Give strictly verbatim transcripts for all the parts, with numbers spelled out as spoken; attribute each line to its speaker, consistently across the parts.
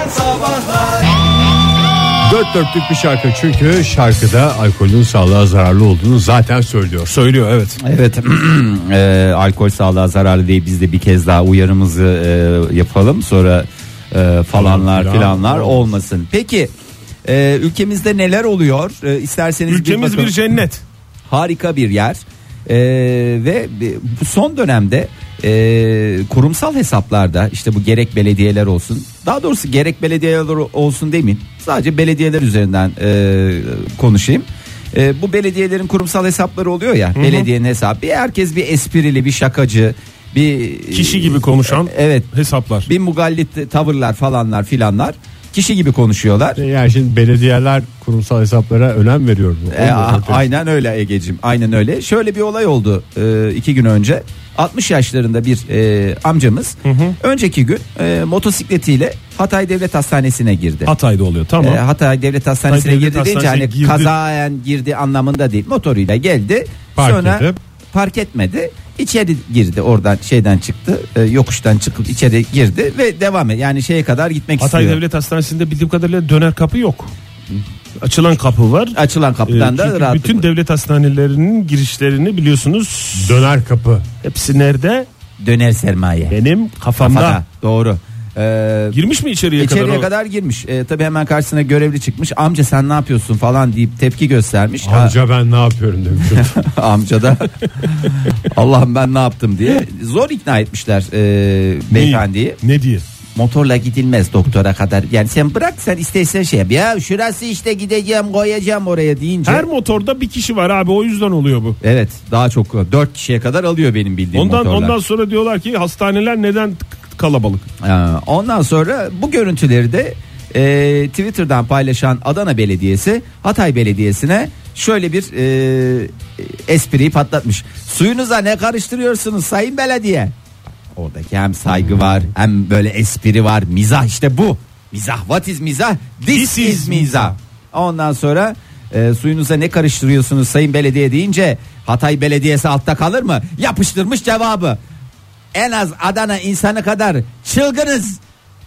Speaker 1: Modern Sabahlar.
Speaker 2: Dört dörtlük bir şarkı çünkü şarkıda alkolün sağlığa zararlı olduğunu zaten söylüyor.
Speaker 3: Söylüyor evet.
Speaker 4: Evet e, alkol sağlığa zararlı değil, biz de bir kez daha uyarımızı e, yapalım sonra e, falanlar
Speaker 2: Falan
Speaker 4: filanlar
Speaker 2: filan
Speaker 4: olmasın. Peki e, ülkemizde neler oluyor? E, isterseniz
Speaker 3: Ülkemiz
Speaker 4: bir,
Speaker 3: bir
Speaker 4: bakın.
Speaker 3: cennet.
Speaker 4: Harika bir yer. E, ve bu son dönemde e, kurumsal hesaplarda işte bu gerek belediyeler olsun, daha doğrusu gerek belediyeler olsun demeyeyim, sadece belediyeler üzerinden e, konuşayım. E, bu belediyelerin kurumsal hesapları oluyor ya, hı hı. Belediyenin hesabı, herkes bir esprili, bir şakacı, bir
Speaker 3: kişi gibi konuşan
Speaker 4: evet,
Speaker 3: hesaplar,
Speaker 4: bir mugallit tavırlar falanlar filanlar, kişi gibi konuşuyorlar.
Speaker 2: Yani şimdi belediyeler kurumsal hesaplara önem veriyor mu?
Speaker 4: E, a, aynen öyle Egeciğim, aynen öyle. Şöyle bir olay oldu e, iki gün önce. altmış yaşlarında bir e, amcamız hı hı. önceki gün e, motosikletiyle Hatay Devlet Hastanesi'ne girdi.
Speaker 3: Hatay'da oluyor, tamam.
Speaker 4: E, Hatay Devlet Hastanesi'ne
Speaker 3: Hatay
Speaker 4: girdi
Speaker 3: Devlet
Speaker 4: deyince hani
Speaker 3: girdi.
Speaker 4: kazayen girdi anlamında değil. Motoruyla geldi.
Speaker 2: Park
Speaker 4: sonra
Speaker 2: edip.
Speaker 4: park etmedi. İçeri girdi, oradan şeyden çıktı, e, yokuştan çıkıp içeri girdi ve devam et. Yani şeye kadar gitmek
Speaker 3: Hatay
Speaker 4: istiyor.
Speaker 3: Devlet Hastanesi'nde bildiğim kadarıyla döner kapı yok. Açılan kapı var.
Speaker 4: Açılan kapıdan
Speaker 3: Ee,
Speaker 4: da rahat.
Speaker 3: bütün devlet hastanelerinin girişlerini biliyorsunuz.
Speaker 2: Döner kapı.
Speaker 3: Hepsi nerede?
Speaker 4: Döner sermaye.
Speaker 3: Benim kafamda.
Speaker 4: Kafada, doğru. Ee,
Speaker 3: Girmiş mi içeriye,
Speaker 4: içeriye
Speaker 3: kadar?
Speaker 4: kadar girmiş. Ee, tabii hemen karşısına görevli çıkmış. Amca sen ne yapıyorsun falan deyip tepki göstermiş.
Speaker 2: Amca ben ne yapıyorum demiş.
Speaker 4: Amca da Allah'ım ben ne yaptım diye zor ikna etmişler e, beyefendiyi.
Speaker 3: Ne diye?
Speaker 4: Motorla gidilmez doktora kadar. Yani sen bırak, sen istersen şey yap. Ya şurası işte, gideceğim koyacağım oraya deyince.
Speaker 3: Her motorda bir kişi var abi, o yüzden oluyor bu.
Speaker 4: Evet, daha çok, dört kişiye kadar alıyor benim bildiğim
Speaker 3: ondan,
Speaker 4: motorlar.
Speaker 3: Ondan sonra diyorlar ki hastaneler neden kalabalık?
Speaker 4: Ee, ondan sonra bu görüntüleri de e, Twitter'dan paylaşan Adana Belediyesi Hatay Belediyesi'ne şöyle bir e, espriyi patlatmış. Suyunuza ne karıştırıyorsunuz sayın belediye? Oradaki hem saygı var hem böyle espri var, mizah, işte bu mizah. What is mizah? This, This is, is mizah. Ondan sonra e, suyunuza ne karıştırıyorsunuz sayın belediye deyince Hatay Belediyesi altta kalır mı? Yapıştırmış cevabı. En az Adana insanı kadar çılgınız.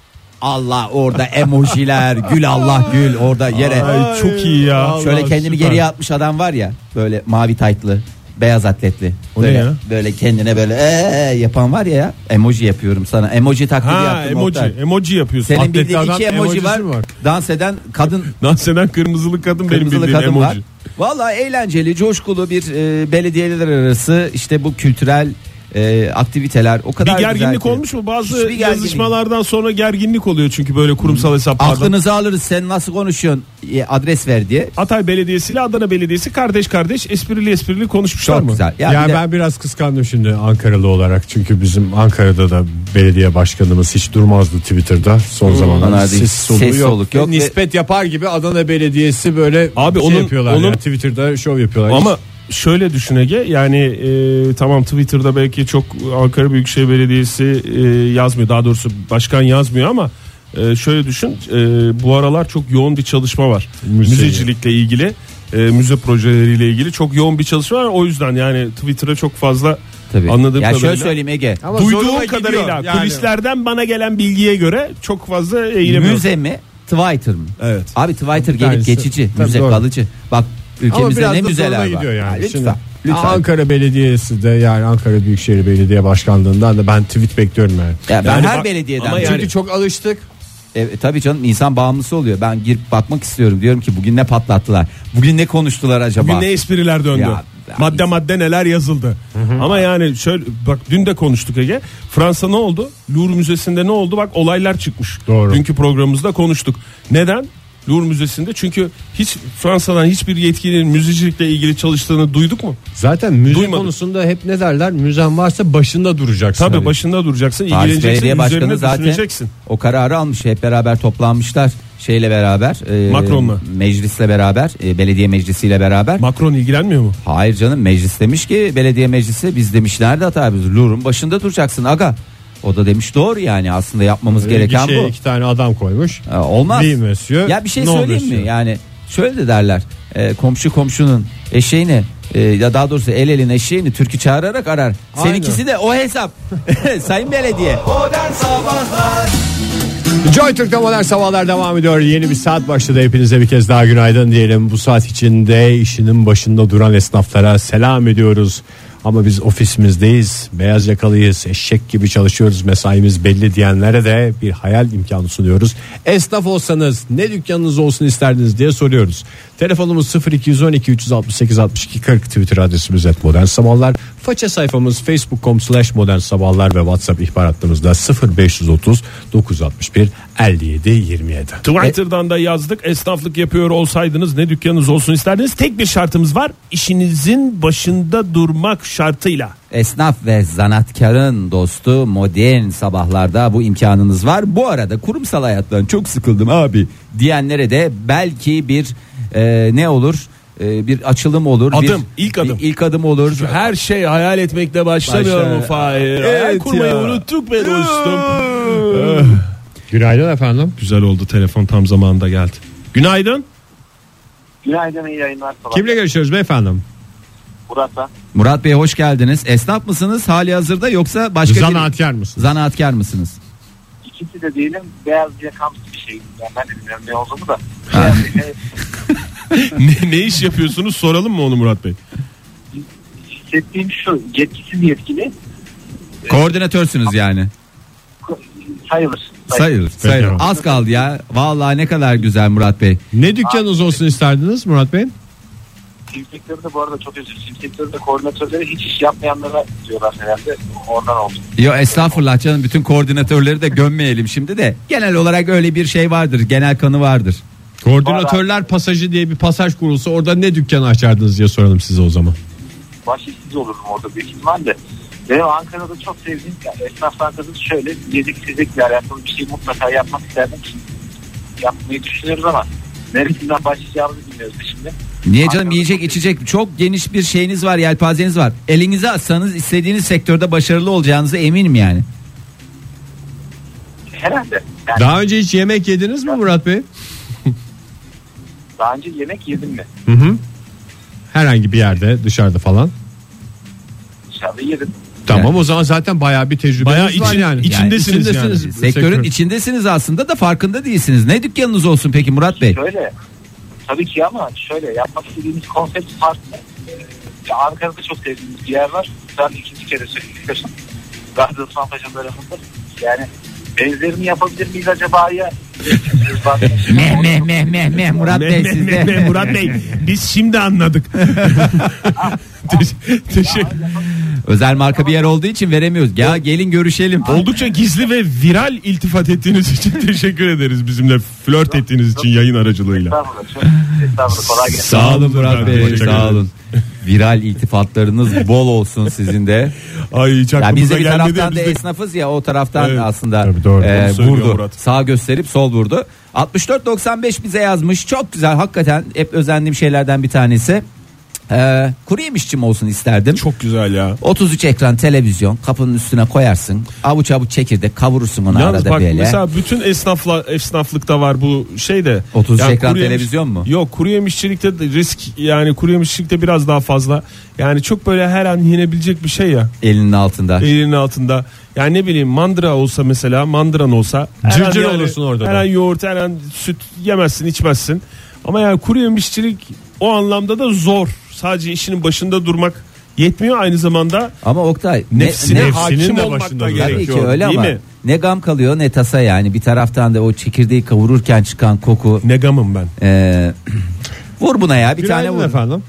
Speaker 4: Allah, orada emojiler, gül Allah gül orada yere.
Speaker 3: Ay, çok iyi ya.
Speaker 4: Allah, şöyle kendini
Speaker 3: süper.
Speaker 4: geriye atmış adam var ya, böyle mavi taytlı, beyaz atletli.
Speaker 3: O
Speaker 4: böyle,
Speaker 3: ne ya?
Speaker 4: Böyle kendine böyle ee yapan var ya, ya. Emoji yapıyorum sana. Emoji taklidi
Speaker 3: Ha,
Speaker 4: yaptım.
Speaker 3: emoji,
Speaker 4: Oktay.
Speaker 3: emoji yapıyorsun.
Speaker 4: Senin
Speaker 3: Atletli
Speaker 4: bildiğin
Speaker 3: adam
Speaker 4: iki emoji var.
Speaker 2: var.
Speaker 4: Dans eden kadın.
Speaker 3: Dans eden kırmızılı kadın, benim
Speaker 4: Kırmızılı
Speaker 3: bildiğim
Speaker 4: kadın
Speaker 3: emoji.
Speaker 4: var. Vallahi eğlenceli, coşkulu bir e, belediyeler arası işte bu kültürel e, aktiviteler o kadar
Speaker 3: bir gerginlik
Speaker 4: güzel ki.
Speaker 3: olmuş mu? Bazı
Speaker 4: Hiçbir gerginlik.
Speaker 3: yazışmalardan sonra gerginlik oluyor çünkü böyle kurumsal hesaplardan.
Speaker 4: Aklınızı alırız, sen nasıl konuşuyorsun, e, adres ver diye.
Speaker 3: Hatay Belediyesi ile Adana Belediyesi kardeş kardeş esprili esprili konuşmuşlar
Speaker 4: Çok
Speaker 3: mı?
Speaker 4: güzel.
Speaker 2: Ya,
Speaker 4: Ya,
Speaker 2: ya
Speaker 4: bir de-
Speaker 2: ben biraz kıskandım şimdi Ankaralı olarak, çünkü bizim Ankara'da da belediye başkanımız hiç durmazdı Twitter'da son zamanlarda.
Speaker 4: onlar değil,
Speaker 2: Ses soluğu
Speaker 4: ses
Speaker 2: yok.
Speaker 4: soluk yok ve-
Speaker 2: Nispet yapar gibi Adana Belediyesi böyle
Speaker 3: Abi
Speaker 2: şey
Speaker 3: onun-
Speaker 2: yapıyorlar
Speaker 3: onun-
Speaker 2: ya, Twitter'da şov yapıyorlar.
Speaker 3: Ama şöyle düşün Ege, yani e, tamam Twitter'da belki çok Ankara Büyükşehir Belediyesi e, yazmıyor, daha doğrusu başkan yazmıyor ama e, şöyle düşün, e, bu aralar çok yoğun bir çalışma var.
Speaker 2: Müze.
Speaker 3: Müzecilikle ilgili, e, müze projeleriyle ilgili çok yoğun bir çalışma var, o yüzden yani Twitter'a çok fazla
Speaker 4: Tabii.
Speaker 3: anladığım
Speaker 4: ya
Speaker 3: kadarıyla.
Speaker 4: şöyle söyleyeyim Ege.
Speaker 2: Ama zoruma
Speaker 3: Duyduğum
Speaker 2: gidiyor
Speaker 3: kadarıyla
Speaker 2: yani.
Speaker 3: kulislerden bana gelen bilgiye göre çok fazla eğilemiyorum.
Speaker 4: Müze mi? Twitter mı?
Speaker 3: Evet.
Speaker 4: Abi Twitter gelip
Speaker 2: tanesi.
Speaker 4: geçici,
Speaker 2: Tabii
Speaker 4: müze
Speaker 2: doğru.
Speaker 4: kalıcı. Bak
Speaker 2: Ama
Speaker 4: ülkemizde
Speaker 2: biraz
Speaker 4: ne
Speaker 2: da
Speaker 4: müzeler
Speaker 2: zoruna
Speaker 4: var.
Speaker 2: gidiyor yani.
Speaker 4: Ha, lütfen.
Speaker 2: Şimdi
Speaker 4: lütfen.
Speaker 2: Ankara Belediyesi de, yani Ankara Büyükşehir Belediye Başkanlığından da ben tweet bekliyorum yani.
Speaker 4: Ya ben
Speaker 3: Yani
Speaker 4: her
Speaker 3: bak-
Speaker 4: belediyeden.
Speaker 3: ama
Speaker 4: Çünkü
Speaker 2: Çünkü çok alıştık.
Speaker 4: E, tabii canım, insan bağımlısı oluyor. Ben girip bakmak istiyorum. Diyorum ki bugün ne patlattılar? Bugün ne konuştular acaba?
Speaker 3: Bugün ne espriler döndü?
Speaker 4: Ya, ya,
Speaker 3: madde madde neler yazıldı? Ama yani şöyle bak, dün de konuştuk Ege. Fransa ne oldu? Louvre Müzesi'nde ne oldu? Bak olaylar çıkmış.
Speaker 2: Doğru.
Speaker 3: Dünkü programımızda konuştuk. Neden? Louvre Müzesi'nde, çünkü hiç Fransa'dan hiçbir yetkilinin müzecilikle ilgili çalıştığını duyduk mu?
Speaker 2: Zaten müze
Speaker 3: Duymadım.
Speaker 2: konusunda hep ne derler? Müzen varsa başında duracaksın.
Speaker 3: Tabii
Speaker 2: hani.
Speaker 3: başında duracaksın,
Speaker 4: Paris
Speaker 3: ilgileneceksin,
Speaker 4: Belediye Başkanı
Speaker 3: üzerine
Speaker 4: zaten
Speaker 3: düşüneceksin.
Speaker 4: o kararı almış. Hep beraber toplanmışlar şeyle beraber. E,
Speaker 3: Macron'la.
Speaker 4: Meclisle beraber, e, belediye meclisiyle beraber.
Speaker 3: Macron ilgilenmiyor mu?
Speaker 4: Hayır canım, meclis demiş ki, belediye meclisi, biz demişlerdi hata, biz Louvre'un başında duracaksın aga. O da demiş doğru, yani aslında yapmamız
Speaker 2: Böyle
Speaker 4: gereken
Speaker 2: gişeye
Speaker 4: bu.
Speaker 2: iki tane adam koymuş.
Speaker 4: Ee, olmaz.
Speaker 2: Oui monsieur,
Speaker 4: Ya bir şey
Speaker 2: no
Speaker 4: söyleyeyim
Speaker 2: monsieur.
Speaker 4: mi? Yani şöyle de derler. E, komşu komşunun eşeğini, e, ya daha doğrusu el elin eşeğini türkü çağırarak arar. Seninkisi de o hesap. Sayın belediye.
Speaker 1: Modern Sabahlar.
Speaker 2: Joy Türk'te modern sabahlar devam ediyor. Yeni bir saat başladı. Hepinize bir kez daha günaydın diyelim. Bu saat içinde işinin başında duran esnaflara selam ediyoruz. Ama biz ofisimizdeyiz, beyaz yakalıyız, eşek gibi çalışıyoruz, mesaimiz belli diyenlere de bir hayal imkanı sunuyoruz. Esnaf olsanız ne dükkanınız olsun isterdiniz diye soruyoruz. Telefonumuz sıfır iki on iki üç altı sekiz altmış iki kırk, Twitter adresimiz et modern sabahlar. Faça sayfamız facebook nokta com slash modern sabahlar ve WhatsApp ihbar hattımızda sıfır beş otuz dokuz altmış bir elli yedi yirmi yedi.
Speaker 3: Twitter'dan da yazdık. Esnaflık yapıyor olsaydınız ne dükkanınız olsun isterdiniz? Tek bir şartımız var. İşinizin başında durmak şartıyla.
Speaker 4: Esnaf ve zanatkarın dostu modern sabahlarda bu imkanınız var. Bu arada kurumsal hayattan çok sıkıldım abi diyenlere de belki bir e, ne olur? E, bir açılım olur.
Speaker 3: Adım,
Speaker 4: bir,
Speaker 3: ilk adım.
Speaker 4: Bir, ilk adım olur.
Speaker 3: Şu her şey hayal etmekle başlamıyor
Speaker 4: Başlar.
Speaker 3: mu Fahir?
Speaker 4: Evet
Speaker 3: Hayal kurmayı
Speaker 4: ya.
Speaker 3: unuttuk be dostum.
Speaker 2: Günaydın efendim.
Speaker 3: Güzel oldu, telefon tam zamanında geldi. Günaydın.
Speaker 1: Günaydın, iyi yayınlar.
Speaker 2: Kimle görüşüyoruz beyefendi?
Speaker 1: Murat'la.
Speaker 4: Murat Bey hoş geldiniz. Esnaf mısınız hali hazırda yoksa başka bir
Speaker 2: Zanaatkar mısınız?
Speaker 4: zanaatkar mısınız?
Speaker 1: İkisi de değilim. Beyaz yakamsı bir şey. Yani ben de bilmiyorum ne olduğunu da. Beyaz yaka
Speaker 3: ne, ne iş yapıyorsunuz soralım mı onu Murat Bey?
Speaker 1: hissettiğim şu, yetkisiz yetkili
Speaker 4: Koordinatörsünüz yani.
Speaker 1: sayılır.
Speaker 4: Sayılır, sayılır.
Speaker 2: Peki.
Speaker 4: Az kaldı ya. Vallahi ne kadar güzel Murat Bey.
Speaker 2: Ne dükkanınız olsun isterdiniz Murat Bey?
Speaker 1: Film sektöründe bu arada çok özür dilerim. Film sektöründe koordinatörleri hiç iş yapmayanlara diyorlar herhalde. Oradan oldu.
Speaker 4: Yo estağfurullah canım, bütün koordinatörleri de gömmeyelim şimdi de. Genel olarak öyle bir şey vardır. Genel kanı vardır.
Speaker 2: Koordinatörler pasajı diye bir pasaj kurulsa orada ne dükkanı açardınız diye soralım size o zaman.
Speaker 1: Baş işsiz olurum orada büyük ihtimalle. Benim Ankara'da çok sevdiğim yani esnaftan kasıt şöyle yedik-sizlikle alakalı bir şey mutlaka yapmak isterdim. Yapmayı düşünüyoruz ama neresinden başlayacağımızı bilmiyoruz şimdi.
Speaker 4: Niye canım,
Speaker 1: Ankara'da
Speaker 4: yiyecek
Speaker 1: çok-
Speaker 4: içecek çok geniş bir şeyiniz var, yelpazeniz var. Elinize atsanız istediğiniz sektörde başarılı olacağınıza eminim yani.
Speaker 1: Herhalde. Yani
Speaker 2: Daha önce hiç yemek yediniz mi Murat Bey?
Speaker 1: daha önce yemek yedim mi?
Speaker 2: Hı hı. Herhangi bir yerde, dışarıda falan.
Speaker 1: Dışarıda yedim.
Speaker 2: Tamam,
Speaker 4: Yani.
Speaker 2: o zaman zaten bayağı bir tecrübeniz
Speaker 3: Bayağı
Speaker 2: var
Speaker 3: için-
Speaker 2: yani.
Speaker 3: içindesiniz yani.
Speaker 2: İçindesiniz.
Speaker 4: Sektörün
Speaker 2: Sektör.
Speaker 4: içindesiniz aslında da farkında değilsiniz. Ne dükkanınız olsun peki Murat Bey?
Speaker 1: Şöyle tabii ki ama şöyle yapmak istediğimiz konsept farklı. Ee, Ankara'da çok sevdiğimiz bir yer var. Ben ikinci kere söyledim. Gazi Osman Paşa tarafında. Yani benzerini yapabilir miyiz acaba ya?
Speaker 4: Meh meh meh meh meh Murat Bey
Speaker 3: Meh, meh,
Speaker 4: sizde.
Speaker 3: meh, meh, Murat Bey biz şimdi anladık. Te- teşekkür.
Speaker 4: Özel marka bir yer olduğu için veremiyoruz. Ya gelin görüşelim.
Speaker 3: Oldukça gizli ve viral iltifat ettiğiniz için teşekkür ederiz, bizimle flört ettiğiniz için yayın aracılığıyla.
Speaker 1: Estağfurullah. Çok estağfurullah. Kolay gelsin.
Speaker 4: Sağ olun Murat Bey,
Speaker 3: Hoşça
Speaker 4: sağ
Speaker 3: kalın.
Speaker 4: olun. Viral iltifatlarınız bol olsun sizin de.
Speaker 3: Ay hiç
Speaker 4: Ya biz
Speaker 3: aklımıza
Speaker 4: de bir
Speaker 3: gelmedi.
Speaker 4: taraftan da
Speaker 3: Biz de-
Speaker 4: esnafız ya, o taraftan
Speaker 3: Evet,
Speaker 4: aslında
Speaker 2: tabii doğru,
Speaker 4: e,
Speaker 3: onu söylüyor
Speaker 4: vurdu.
Speaker 3: Murat.
Speaker 4: Sağ gösterip sol vurdu. altmış dört doksan beş bize yazmış. Çok güzel, hakikaten hep özendiğim şeylerden bir tanesi. E, kuru yemişçi mi olsun isterdim.
Speaker 3: Çok güzel ya.
Speaker 4: otuz üç ekran televizyon, kapının üstüne koyarsın. Avuç avuç çekirdek kavurursun onu
Speaker 3: Yalnız
Speaker 4: arada
Speaker 3: bak
Speaker 4: böyle.
Speaker 3: mesela bütün esnafla, esnaflıkta var bu şey de.
Speaker 4: otuz üç
Speaker 3: Yani
Speaker 4: ekran
Speaker 3: kuru yemiş-
Speaker 4: televizyon mu?
Speaker 3: Yok, kuru yemişçilikte de risk, yani kuru yemişçilikte biraz daha fazla. Yani çok böyle her an yenebilecek bir şey ya.
Speaker 4: Elinin altında.
Speaker 3: Elinin altında. Yani ne bileyim, mandıra olsa mesela, mandıran olsa. her
Speaker 2: Cırcır
Speaker 3: an
Speaker 2: olursun orada
Speaker 3: Her
Speaker 2: da.
Speaker 3: an yoğurt, her an süt yemezsin, içmezsin. Ama yani kuru yemişçilik o anlamda da zor. Sadece işinin başında durmak yetmiyor, aynı zamanda
Speaker 4: Ama Oktay
Speaker 3: nefsine
Speaker 4: ne, ne,
Speaker 3: hakim
Speaker 2: nefsinin de
Speaker 3: olmak
Speaker 2: başında
Speaker 3: da
Speaker 2: dur.
Speaker 4: tabii
Speaker 3: gerekiyor.
Speaker 4: ki öyle
Speaker 3: değil
Speaker 4: ama
Speaker 3: mi?
Speaker 4: ne gam kalıyor ne tasa, yani bir taraftan da o çekirdeği kavururken çıkan koku.
Speaker 3: Ne gamım ben.
Speaker 4: Ee, vur buna ya, bir tane
Speaker 2: Günaydın
Speaker 4: vur.
Speaker 2: efendim.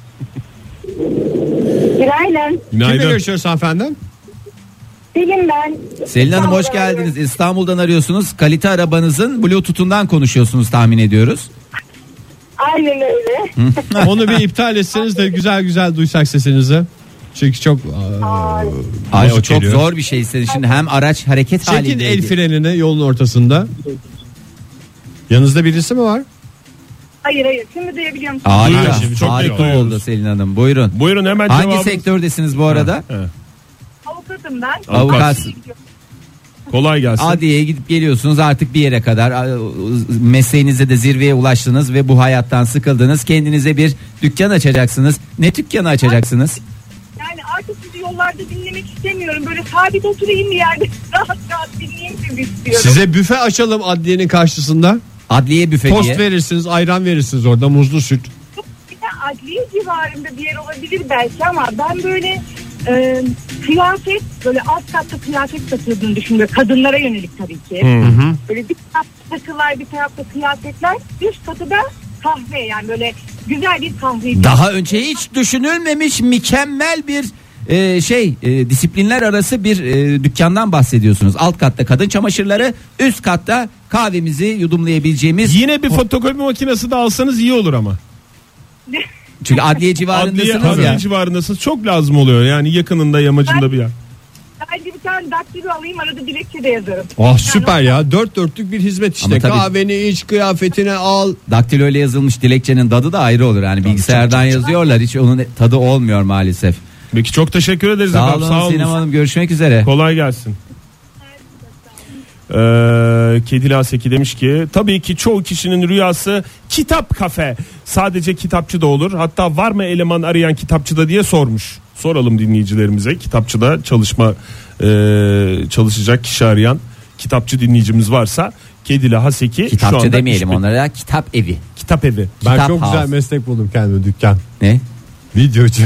Speaker 5: Günaydın.
Speaker 2: Kimle
Speaker 3: Günaydın.
Speaker 2: görüşüyoruz efendim?
Speaker 5: Selin ben.
Speaker 4: Selin Hanım hoş
Speaker 5: İstanbul'dan
Speaker 4: geldiniz. İstanbul'dan arıyorsunuz. Kalite arabanızın Bluetooth'undan konuşuyorsunuz tahmin ediyoruz.
Speaker 5: Aynen öyle.
Speaker 2: Onu bir iptal etseniz de güzel güzel duysak sesinizi. Çünkü çok aa,
Speaker 4: Ay o
Speaker 2: bozuk
Speaker 4: çok
Speaker 2: geliyor.
Speaker 4: zor bir şey. Şimdi hem araç hareket
Speaker 2: Çekin
Speaker 4: halinde.
Speaker 2: el frenini yolun ortasında. Yanınızda birisi mi var?
Speaker 5: Hayır hayır. Şimdi duyabiliyor musunuz?
Speaker 4: Harika,
Speaker 3: Duyuyoruz, şimdi çok
Speaker 4: harika
Speaker 3: net duyuyoruz.
Speaker 4: oldu Selin Hanım. Buyurun.
Speaker 3: Buyurun hemen
Speaker 4: Hangi
Speaker 3: cevabınız.
Speaker 4: sektördesiniz bu arada?
Speaker 3: Evet.
Speaker 5: Avukatım ben.
Speaker 4: Avukat.
Speaker 3: Kolay gelsin.
Speaker 4: Adliyeye gidip geliyorsunuz artık bir yere kadar. Mesleğinizde de zirveye ulaştınız ve bu hayattan sıkıldınız. Kendinize bir dükkan açacaksınız. Ne dükkanı açacaksınız?
Speaker 5: Yani artık sizi yollarda dinlemek istemiyorum. Böyle sabit oturayım bir yerde rahat rahat dinleyeyim gibi istiyorum.
Speaker 2: Size büfe açalım adliyenin karşısında.
Speaker 4: Adliye büfe
Speaker 2: Tost
Speaker 4: diye.
Speaker 2: verirsiniz, ayran verirsiniz orada, muzlu süt.
Speaker 5: Bir de adliye civarında bir yer olabilir belki ama ben böyle e, kıyafet, böyle alt katta kıyafet satıldığını düşünüyorum. Kadınlara yönelik tabii ki.
Speaker 2: Hı hı.
Speaker 5: Böyle bir tarafta takılar, bir tarafta kıyafetler, üst katı da kahve, yani böyle güzel bir kahve.
Speaker 4: Daha önce hiç düşünülmemiş mükemmel bir e, şey e, disiplinler arası bir e, dükkandan bahsediyorsunuz. Alt katta kadın çamaşırları, üst katta kahvemizi yudumlayabileceğimiz.
Speaker 3: Yine bir fotokopi makinesi de alsanız iyi olur ama.
Speaker 4: Çünkü adliye
Speaker 3: Adliye,
Speaker 4: civarındasınız
Speaker 3: adliye
Speaker 4: ya.
Speaker 3: civarındasınız, çok lazım oluyor yani, yakınında yamacında bir yer.
Speaker 5: Bence bir tane daktilo alayım, arada dilekçe de yazarım.
Speaker 2: Oh süper ya, dört dörtlük bir hizmet işte.
Speaker 4: Ama tabii-
Speaker 2: Kahveni iç, kıyafetini al.
Speaker 4: Daktilo ile yazılmış dilekçenin tadı da ayrı olur. Yani bilgisayardan yazıyorlar, hiç onun tadı olmuyor maalesef.
Speaker 3: Peki çok teşekkür ederiz
Speaker 4: Sağ
Speaker 3: efendim.
Speaker 4: olun
Speaker 3: Sağ olun.
Speaker 4: Sinem Hanım, görüşmek üzere.
Speaker 3: Kolay gelsin. Ee, Kedili Aseki demiş ki tabii ki çoğu kişinin rüyası kitap kafe. Sadece kitapçı da olur. Hatta var mı eleman arayan kitapçıda diye sormuş. Soralım dinleyicilerimize. Kitapçıda çalışma e, çalışacak kişi arayan kitapçı dinleyicimiz varsa Kedili Haseki şu
Speaker 4: Kitapçı
Speaker 3: anda
Speaker 4: demeyelim
Speaker 3: iş-
Speaker 4: onlara, kitap evi.
Speaker 3: Kitap evi.
Speaker 2: Ben
Speaker 4: Kitap
Speaker 2: çok güzel
Speaker 4: house.
Speaker 2: meslek buldum kendime, dükkan.
Speaker 4: Ne?
Speaker 2: Videocu.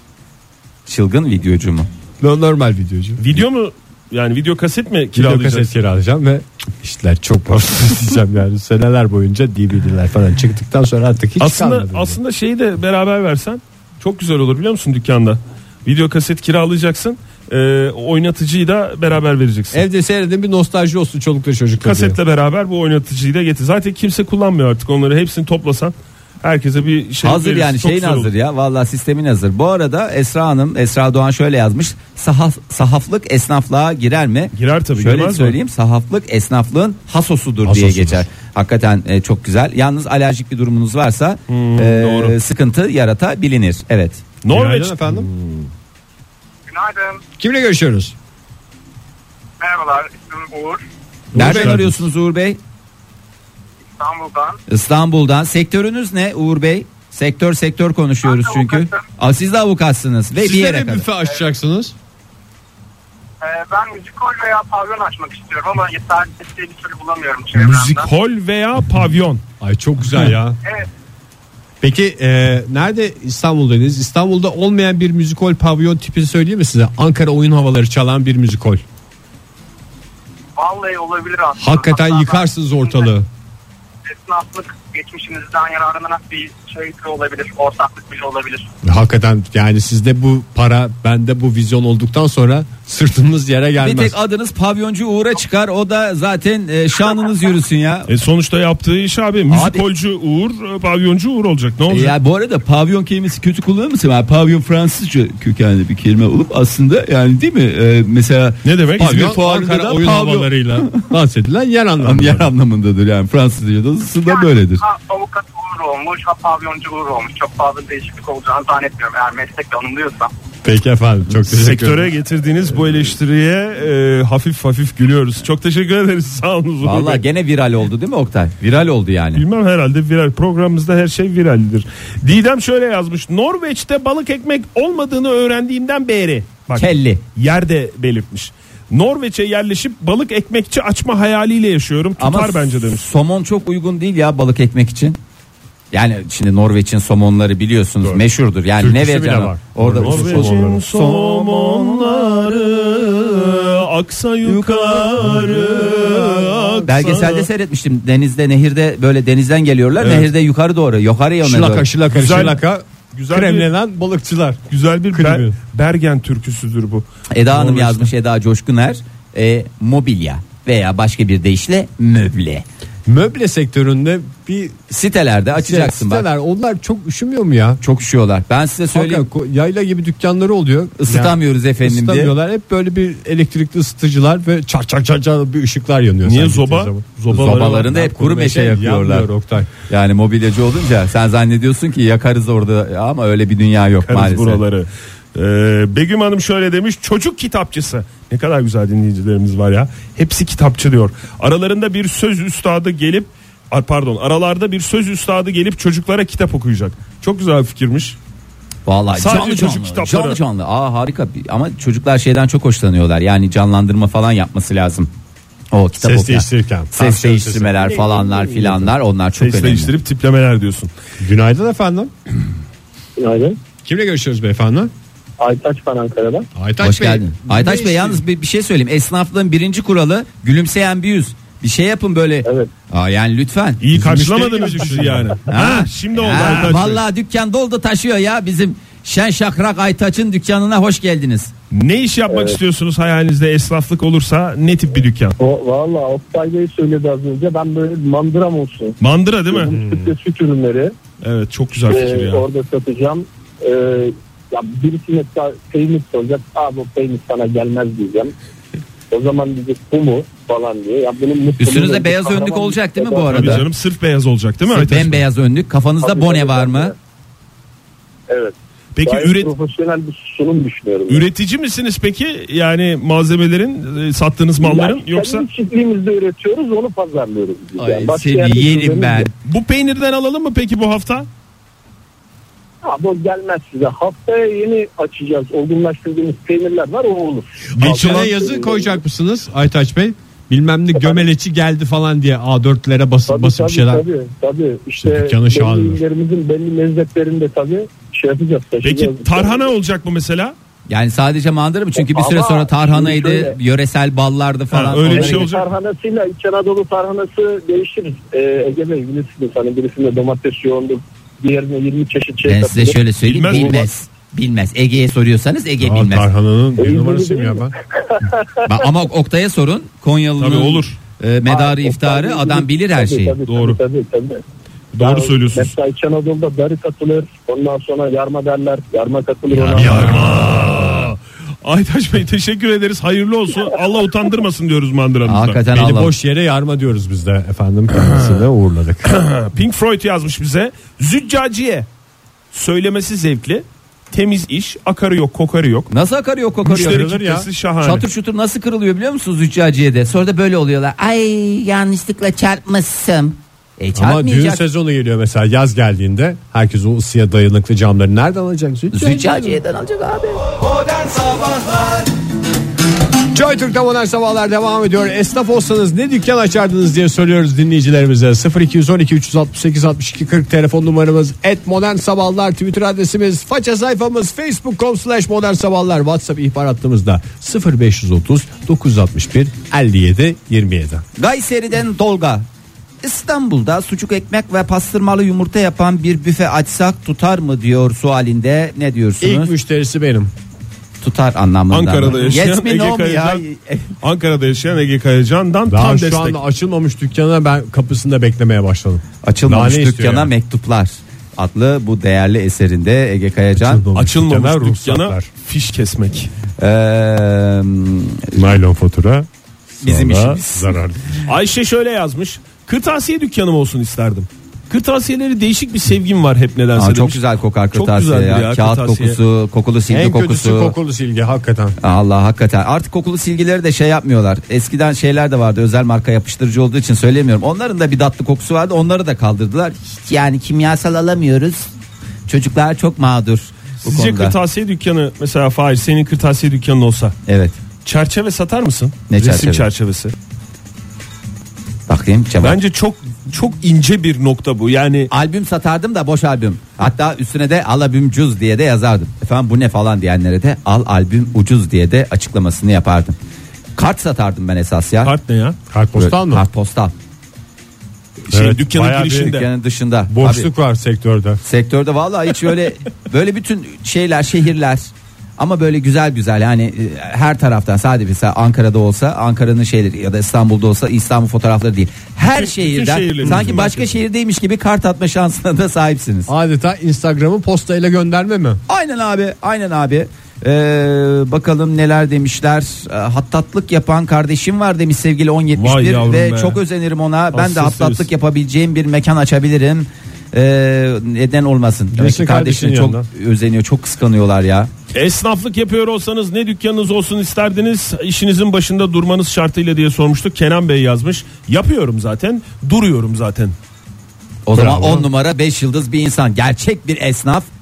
Speaker 4: Çılgın videocu mu?
Speaker 2: Normal videocu.
Speaker 3: Video mu? Yani video kaset mi
Speaker 2: Video
Speaker 3: kiralayacağız?
Speaker 2: kaset kiralayacağım ve işler çok başlı diyeceğim yani. Seneler boyunca D V D'ler falan çıktıktan sonra artık hiç
Speaker 3: Aslında
Speaker 2: kalmadı.
Speaker 3: aslında şeyi de beraber versen çok güzel olur, biliyor musun, dükkanda. Video kaset kiralayacaksın. E, oynatıcıyı da beraber vereceksin.
Speaker 2: Evde seyredin, bir nostalji olsun çolukla çocukla.
Speaker 3: Kasetle beraber bu oynatıcıyı da getir. Zaten kimse kullanmıyor artık onları. Hepsini toplasan herkese bir şey
Speaker 4: Hazır
Speaker 3: verirsin.
Speaker 4: yani,
Speaker 3: Çok
Speaker 4: şeyin
Speaker 3: güzel
Speaker 4: hazır
Speaker 3: olur.
Speaker 4: ya. Vallahi sistemin hazır. Bu arada Esra Hanım, Esra Doğan şöyle yazmış. Sahaf, sahaflık esnaflığa girer mi?
Speaker 3: Girer tabii.
Speaker 4: Şöyle
Speaker 3: girmez mi?
Speaker 4: söyleyeyim, sahaflık esnaflığın hasosudur
Speaker 2: Hasosudur.
Speaker 4: diye geçer. Hakikaten e, çok güzel. Yalnız alerjik bir durumunuz varsa
Speaker 3: Hmm,
Speaker 4: e,
Speaker 3: doğru.
Speaker 4: sıkıntı yaratabilir. Evet.
Speaker 3: Norveç.
Speaker 2: Günaydın efendim.
Speaker 1: Günaydın.
Speaker 2: Kimle görüşüyoruz?
Speaker 1: Merhabalar. İsmim Uğur.
Speaker 4: Nereden
Speaker 3: geldiniz.
Speaker 4: arıyorsunuz Uğur Bey?
Speaker 1: İstanbul'dan.
Speaker 4: İstanbul'dan. Sektörünüz ne Uğur Bey? Sektör sektör konuşuyoruz
Speaker 1: Ben de
Speaker 4: çünkü.
Speaker 1: avukatım.
Speaker 4: Aa, siz de avukatsınız ve
Speaker 2: Siz
Speaker 4: bir
Speaker 2: de
Speaker 4: yere
Speaker 2: bir
Speaker 4: kadar.
Speaker 2: büfe açacaksınız.
Speaker 1: Ee, ben müzikal veya pavyon açmak istiyorum ama yeterli bir türlü bulamıyorum çevremde.
Speaker 3: Müzikol veya pavyon.
Speaker 2: Ay çok güzel ya.
Speaker 1: Evet.
Speaker 2: Peki e, nerede İstanbul'daydınız? İstanbul'da olmayan bir müzikol pavyon tipi söyleyeyim mi size? Ankara oyun havaları çalan bir müzikol.
Speaker 1: Vallahi olabilir aslında.
Speaker 2: Hakikaten
Speaker 1: Hatta
Speaker 2: yıkarsınız
Speaker 1: ben-
Speaker 2: ortalığı.
Speaker 1: Esnaflık geçmişinizden yararlanarak bir şey olabilir. Ortaklık bile olabilir.
Speaker 2: Hakikaten yani sizde bu para, bende bu vizyon olduktan sonra sırtımız yere
Speaker 4: Bir
Speaker 2: gelmez.
Speaker 4: tek adınız pavyoncu Uğur'a çıkar, o da zaten e, şanınız yürüsün ya.
Speaker 3: E sonuçta yaptığı iş abi. Müzikolcu Uğur, pavyoncu Uğur olacak. Ne olacak?
Speaker 4: Ya bu arada pavyon kelimesi kötü kullanır mısın? Yani pavyon Fransızca kökenli bir kelime olup aslında yani değil mi? Ee, mesela
Speaker 3: Ne demek?
Speaker 4: İzmir
Speaker 2: Pavyon,
Speaker 4: fuarında
Speaker 2: Ankara
Speaker 4: da
Speaker 2: oyun
Speaker 4: pavyon
Speaker 2: havalarıyla dans edilen yer anlamında.
Speaker 4: yer anlamındadır yani, Fransızca da aslında böyledir.
Speaker 1: Ha avukat Uğur olmuş, ha pavyoncu Uğur olmuş. Çok fazla değişiklik olacağını zannetmiyorum eğer meslek tanımlıyorsa.
Speaker 2: Peki efendim, çok teşekkür
Speaker 3: Sektöre
Speaker 2: ederim.
Speaker 3: getirdiğiniz bu eleştiriye e, hafif hafif gülüyoruz. Çok teşekkür ederiz. Sağ olun. Uğur Bey.
Speaker 4: Vallahi gene viral oldu değil mi Oktay? Viral oldu yani.
Speaker 3: Bilmem, herhalde viral. Programımızda her şey viraldir. Didem şöyle yazmış. Norveç'te balık ekmek olmadığını öğrendiğimden beri. Bak,
Speaker 4: Kelli.
Speaker 3: yerde belirtmiş. Norveç'e yerleşip balık ekmekçi açma hayaliyle yaşıyorum. Tutar
Speaker 4: Ama
Speaker 3: bence demiş.
Speaker 4: somon çok uygun değil ya balık ekmek için. Yani şimdi Norveç'in somonları biliyorsunuz
Speaker 3: Doğru.
Speaker 4: meşhurdur. Yani
Speaker 2: Türküsü
Speaker 4: ne
Speaker 2: bile
Speaker 4: vereceğim?
Speaker 2: var.
Speaker 4: Orada
Speaker 3: Norveç'in somonları aksa yukarı aksa.
Speaker 4: belgeselde seyretmiştim. Denizde, nehirde, böyle denizden geliyorlar.
Speaker 3: Evet.
Speaker 4: Nehirde yukarı doğru. Yukarı yöne
Speaker 2: Şılaka
Speaker 4: doğru.
Speaker 2: şılaka
Speaker 3: Güzel-
Speaker 2: şılaka
Speaker 3: güzel bir-
Speaker 2: kremlenen balıkçılar.
Speaker 3: Güzel bir
Speaker 2: Klibi.
Speaker 3: Ber- Bergen türküsüdür bu.
Speaker 4: Eda Hanım
Speaker 3: Norveç'te.
Speaker 4: yazmış, Eda Coşkuner. E, mobilya veya başka bir deyişle möble.
Speaker 2: Möble sektöründe bir
Speaker 4: Sitelerde açacaksın bak.
Speaker 2: siteler, onlar çok üşümüyor mu ya?
Speaker 4: Çok üşüyorlar. Ben size söyleyeyim.
Speaker 2: Hakikaten ko- yayla gibi dükkanları oluyor.
Speaker 4: Isıtamıyoruz
Speaker 2: Yani
Speaker 4: efendim diye.
Speaker 2: ısıtamıyorlar. Hep böyle bir elektrikli ısıtıcılar ve çar çar çar çar bir ışıklar yanıyor.
Speaker 3: Niye
Speaker 2: sen
Speaker 3: zoba?
Speaker 2: gittiğin
Speaker 3: Zobaları
Speaker 4: Zobalarında
Speaker 3: var.
Speaker 4: hep kuru meşe yakıyorlar.
Speaker 2: yanmıyor Oktay.
Speaker 4: Yani mobilyacı olunca sen zannediyorsun ki yakarız orada ama öyle bir dünya yok
Speaker 3: Karız
Speaker 4: maalesef.
Speaker 3: buraları. Ee, Begüm Hanım şöyle demiş. Çocuk kitapçısı. Ne kadar güzel dinleyicilerimiz var ya. Hepsi kitapçı diyor. Aralarında bir söz üstadı gelip pardon aralarda bir söz üstadı gelip çocuklara kitap okuyacak. Çok güzel bir fikirmiş.
Speaker 4: Vallahi
Speaker 3: Sadece
Speaker 4: canlı
Speaker 3: çocuk
Speaker 4: canlı,
Speaker 3: kitapları.
Speaker 4: canlı canlı. Aa harika. Ama çocuklar şeyden çok hoşlanıyorlar. Yani canlandırma falan yapması lazım. O kitap
Speaker 2: Ses
Speaker 4: okuyan.
Speaker 2: değiştirirken.
Speaker 4: Ses
Speaker 2: Tavsiye
Speaker 4: değiştirmeler
Speaker 2: sesi.
Speaker 4: falanlar filanlar onlar çok
Speaker 3: Ses
Speaker 4: önemli.
Speaker 3: değiştirip tiplemeler diyorsun.
Speaker 2: Günaydın efendim.
Speaker 6: Günaydın.
Speaker 2: Kimle görüşüyoruz beyefendi?
Speaker 6: Aytaç ben Ankara'dan.
Speaker 2: Aytaç
Speaker 4: Hoş
Speaker 2: Bey.
Speaker 4: geldin. Aytaç
Speaker 2: Ne
Speaker 4: Bey
Speaker 2: işi-
Speaker 4: yalnız bir, bir şey söyleyeyim. Esnaflığın birinci kuralı gülümseyen bir yüz. Bir şey yapın böyle.
Speaker 6: Evet.
Speaker 4: Aa, yani lütfen.
Speaker 3: İyi karşılamadınız bizi yani. Ha, şimdi oldu
Speaker 4: Ha,
Speaker 3: Aytaç Bey.
Speaker 4: vallahi dükkan doldu taşıyor ya bizim Şen Şakrak Aytaç'ın dükkanına hoş geldiniz.
Speaker 3: Ne iş yapmak
Speaker 6: Evet.
Speaker 3: istiyorsunuz hayalinizde, esnaflık olursa ne tip bir dükkan?
Speaker 6: O, valla Oktay Bey söyledi az önce. Ben böyle mandıram olsun.
Speaker 3: Mandıra değil mi?
Speaker 6: Hmm. Süt ve süt ürünleri.
Speaker 3: Evet, çok güzel fikir
Speaker 6: Ee,
Speaker 3: ya.
Speaker 6: orada satacağım. Ee, ya birisi mesela peynir soracak. Abi o peynir sana gelmez diyeceğim. O zaman diyecek bu mu falan diye. Ya bunun mutluluğu
Speaker 4: Üstünüzde
Speaker 6: da-
Speaker 4: beyaz önlük
Speaker 6: kahraman
Speaker 4: olacak değil mi
Speaker 6: bir
Speaker 4: bu
Speaker 6: adam.
Speaker 3: Tabii
Speaker 4: arada?
Speaker 3: canım, sırf beyaz olacak değil mi
Speaker 4: Sırf
Speaker 3: Aytaç Bey?
Speaker 4: bembeyaz önlük. Kafanızda
Speaker 6: Tabii,
Speaker 4: bone
Speaker 6: tabii,
Speaker 4: var
Speaker 6: tabii.
Speaker 4: mı?
Speaker 6: Evet.
Speaker 3: Peki
Speaker 6: Gayet
Speaker 3: üret
Speaker 6: profesyonel bir sunum düşünüyorum. ben.
Speaker 3: üretici misiniz peki? Yani malzemelerin, e, sattığınız malların,
Speaker 6: Yani
Speaker 3: yoksa
Speaker 6: kendi çiftliğimizde üretiyoruz, onu pazarlıyoruz. biz.
Speaker 4: Ay,
Speaker 6: Yani başka
Speaker 4: seni
Speaker 6: yerde
Speaker 4: yerim
Speaker 6: ürünümüz
Speaker 4: ben.
Speaker 6: yok.
Speaker 3: bu peynirden alalım mı peki bu hafta?
Speaker 6: Ha, bu gelmez size. Haftaya yeni açacağız. Olgunlaştırdığımız peynirler var, o olur.
Speaker 2: Geçene
Speaker 6: Altılan
Speaker 2: yazı
Speaker 6: peynirleri.
Speaker 2: koyacak mısınız Aytaç Bey? Bilmem ne gömeleçi geldi falan diye A dörtlere basıp
Speaker 6: Tabii,
Speaker 2: basıp
Speaker 6: tabii,
Speaker 2: bir şeyler.
Speaker 6: Tabii tabii. İşte
Speaker 2: Dükkanı
Speaker 6: belli
Speaker 2: şahane.
Speaker 6: illerimizin belli lezzetlerinde tabii şey yapacağız.
Speaker 3: Peki
Speaker 6: taşıyacağız.
Speaker 3: tarhana olacak mı mesela?
Speaker 4: Yani sadece mandıra mı? Çünkü bir süre
Speaker 6: Ama
Speaker 4: sonra tarhanaydı,
Speaker 6: şöyle-
Speaker 4: yöresel ballardı falan.
Speaker 3: Ha, öyle bir
Speaker 4: Onları-
Speaker 3: şey olacak.
Speaker 6: Tarhanasıyla İç Anadolu tarhanası değişir. Ee, Ege Bey bilirsiniz. Hani birisinde domates yoğundur. Diğerine yirmi çeşit şey
Speaker 4: Ben size
Speaker 6: katılır.
Speaker 4: şöyle söyleyeyim,
Speaker 3: Bilmez mi?
Speaker 4: bilmez. Bilmez. Ege'ye soruyorsanız Ege
Speaker 2: Aa,
Speaker 4: bilmez.
Speaker 2: Tarhana'nın bir
Speaker 6: Öyle
Speaker 2: numarasıyım
Speaker 6: değil
Speaker 2: ya
Speaker 6: mi?
Speaker 2: ben.
Speaker 4: Ba- Ama Oktay'a sorun. Konyalı'nın
Speaker 3: Tabii olur.
Speaker 4: e, medarı
Speaker 6: Ha,
Speaker 4: iftarı
Speaker 6: Oktay
Speaker 4: adam
Speaker 6: Bey
Speaker 4: bilir her
Speaker 6: tabii,
Speaker 4: şeyi.
Speaker 6: Tabii,
Speaker 3: Doğru.
Speaker 6: Tabii, tabii, tabii.
Speaker 3: Doğru
Speaker 6: Ya,
Speaker 3: söylüyorsunuz.
Speaker 6: Mesela İç Anadolu'da darı katılır. Ondan sonra yarma derler. Yarma katılır.
Speaker 3: Ya,
Speaker 6: ona.
Speaker 3: yarma. Aytaç Bey teşekkür ederiz. Hayırlı olsun. Allah utandırmasın diyoruz mandıramızdan.
Speaker 4: Hakikaten
Speaker 2: Beni
Speaker 4: Allah.
Speaker 2: boş yere yarma diyoruz biz de efendim. Kendisine uğurladık.
Speaker 3: Pink Floyd yazmış bize. Züccaciye. Söylemesi zevkli. Temiz iş. Akarı yok, kokarı yok.
Speaker 4: Nasıl akarıyor kokarıyor?
Speaker 3: Müşteri
Speaker 2: kırılır ya.
Speaker 3: kitlesi şahane.
Speaker 4: Çatır çutur nasıl kırılıyor biliyor musunuz Züccaciye'de? Sonra da böyle oluyorlar. Ay yanlışlıkla çarpmışsın. E
Speaker 2: Ama düğün
Speaker 4: çarpmayacak.
Speaker 2: sezonu geliyor mesela, yaz geldiğinde herkes o ısıya dayanıklı camları nereden alacak?
Speaker 4: Züccaciye'den alacak abi.
Speaker 2: Joy Türk'te modern sabahlar devam ediyor. Esnaf olsanız ne dükkan açardınız diye soruyoruz dinleyicilerimize. sıfır iki on iki üç altı sekiz altmış iki kırk telefon numaramız, et modern sabahlar Twitter adresimiz, faça sayfamız facebook nokta com slash modern sabahlar, WhatsApp ihbar hattımızda sıfır beş otuz dokuz altmış bir elli yedi yirmi yedi.
Speaker 4: Kayseri'den Tolga. İstanbul'da sucuk ekmek ve pastırmalı yumurta yapan bir büfe açsak tutar mı diyor sualinde. Ne diyorsunuz?
Speaker 2: İlk müşterisi benim.
Speaker 4: Tutar anlamında.
Speaker 3: Ankara'da
Speaker 4: mı?
Speaker 3: yaşayan
Speaker 4: Yes mi,
Speaker 3: Ege
Speaker 4: no mu ya?
Speaker 3: Kayacan. Ankara'da yaşayan Ege Kayacan'dan
Speaker 2: Daha
Speaker 3: tam
Speaker 2: şu
Speaker 3: destek.
Speaker 2: anda açılmamış dükkana ben kapısında beklemeye başladım.
Speaker 4: Açılmamış
Speaker 2: Daha ne istiyor
Speaker 4: dükkana
Speaker 2: yani?
Speaker 4: mektuplar adlı bu değerli eserinde Ege Kayacan
Speaker 2: Açılmamış
Speaker 3: Açılmamış
Speaker 2: dükkana
Speaker 3: dükkana
Speaker 2: ruhsatlar.
Speaker 3: fiş kesmek.
Speaker 4: eee,
Speaker 2: Naylon fatura.
Speaker 4: Bizim
Speaker 2: sonra
Speaker 4: işimiz.
Speaker 2: Zararlı.
Speaker 3: Ayşe şöyle yazmış. Kırtasiye dükkanım olsun isterdim. Kırtasiyeleri değişik bir sevgim var hep nedense
Speaker 4: Aa,
Speaker 3: demiş.
Speaker 4: çok güzel kokar
Speaker 3: Çok
Speaker 4: kırtasiye
Speaker 3: güzeldir
Speaker 4: ya.
Speaker 3: ya,
Speaker 4: Kağıt
Speaker 3: kırtasiye.
Speaker 4: kokusu, kokulu silgi
Speaker 2: En kötüsü
Speaker 4: kokusu.
Speaker 2: kokulu silgi hakikaten.
Speaker 4: Allah hakikaten. Artık kokulu silgileri de şey yapmıyorlar. Eskiden şeyler de vardı. Özel marka yapıştırıcı olduğu için söylemiyorum. Onların da bir tatlı kokusu vardı. Onları da kaldırdılar. Hiç yani kimyasal alamıyoruz. Çocuklar çok mağdur bu
Speaker 3: Sizce
Speaker 4: konuda.
Speaker 3: kırtasiye dükkanı, mesela Fahir senin kırtasiye dükkanın olsa
Speaker 4: Evet.
Speaker 3: çerçeve satar mısın?
Speaker 4: Ne
Speaker 3: Resim
Speaker 4: çerçeve?
Speaker 3: çerçevesi.
Speaker 4: Bakayım cevap.
Speaker 3: Bence çok çok ince bir nokta bu. Yani
Speaker 4: Albüm satardım da boş albüm. Hatta üstüne de al albüm cüz diye de yazardım. Efendim bu ne falan diyenlere de al albüm ucuz diye de açıklamasını yapardım. Kart satardım ben esas ya.
Speaker 3: kart ne ya?
Speaker 2: Kartpostal mı?
Speaker 4: Kartpostal.
Speaker 3: Şey,
Speaker 2: Evet,
Speaker 3: dükkanın
Speaker 2: bayağı bir
Speaker 3: girişinde.
Speaker 4: Dükkanın dışında.
Speaker 2: Boşluk var sektörde.
Speaker 4: Tabii, sektörde vallahi hiç öyle böyle bütün şeyler şehirler ama böyle güzel güzel yani e, her taraftan, sadece mesela Ankara'da olsa Ankara'nın şeyleri ya da İstanbul'da olsa İstanbul fotoğrafları değil. Her
Speaker 3: Bütün-
Speaker 4: şehirden
Speaker 3: bütün şehirlerin,
Speaker 4: sanki
Speaker 3: bütün
Speaker 4: başka
Speaker 3: merkezi.
Speaker 4: şehirdeymiş gibi kart atma şansına da sahipsiniz.
Speaker 2: Adeta Instagram'ı postayla gönderme mi?
Speaker 4: Aynen abi, aynen abi. Ee, bakalım neler demişler. Ee, hattatlık yapan kardeşim var demiş sevgili on yetmiş
Speaker 3: Vay
Speaker 4: bir
Speaker 3: yavrum
Speaker 4: ve
Speaker 3: be.
Speaker 4: çok özenirim ona. Ben de
Speaker 3: Hastasıyız.
Speaker 4: hattatlık yapabileceğim bir mekan açabilirim. Ee, neden olmasın? Demek
Speaker 2: Gelsin
Speaker 4: ki kardeşini
Speaker 2: kardeşinin
Speaker 4: çok özeniyor, çok kıskanıyorlar ya.
Speaker 3: Esnaflık yapıyor olsanız ne dükkanınız olsun isterdiniz? İşinizin başında durmanız şartıyla diye sormuştuk. Kenan Bey yazmış. Yapıyorum zaten, duruyorum zaten.
Speaker 4: O zaman
Speaker 2: Bravo.
Speaker 4: on numara beş yıldız bir insan. Gerçek bir esnaf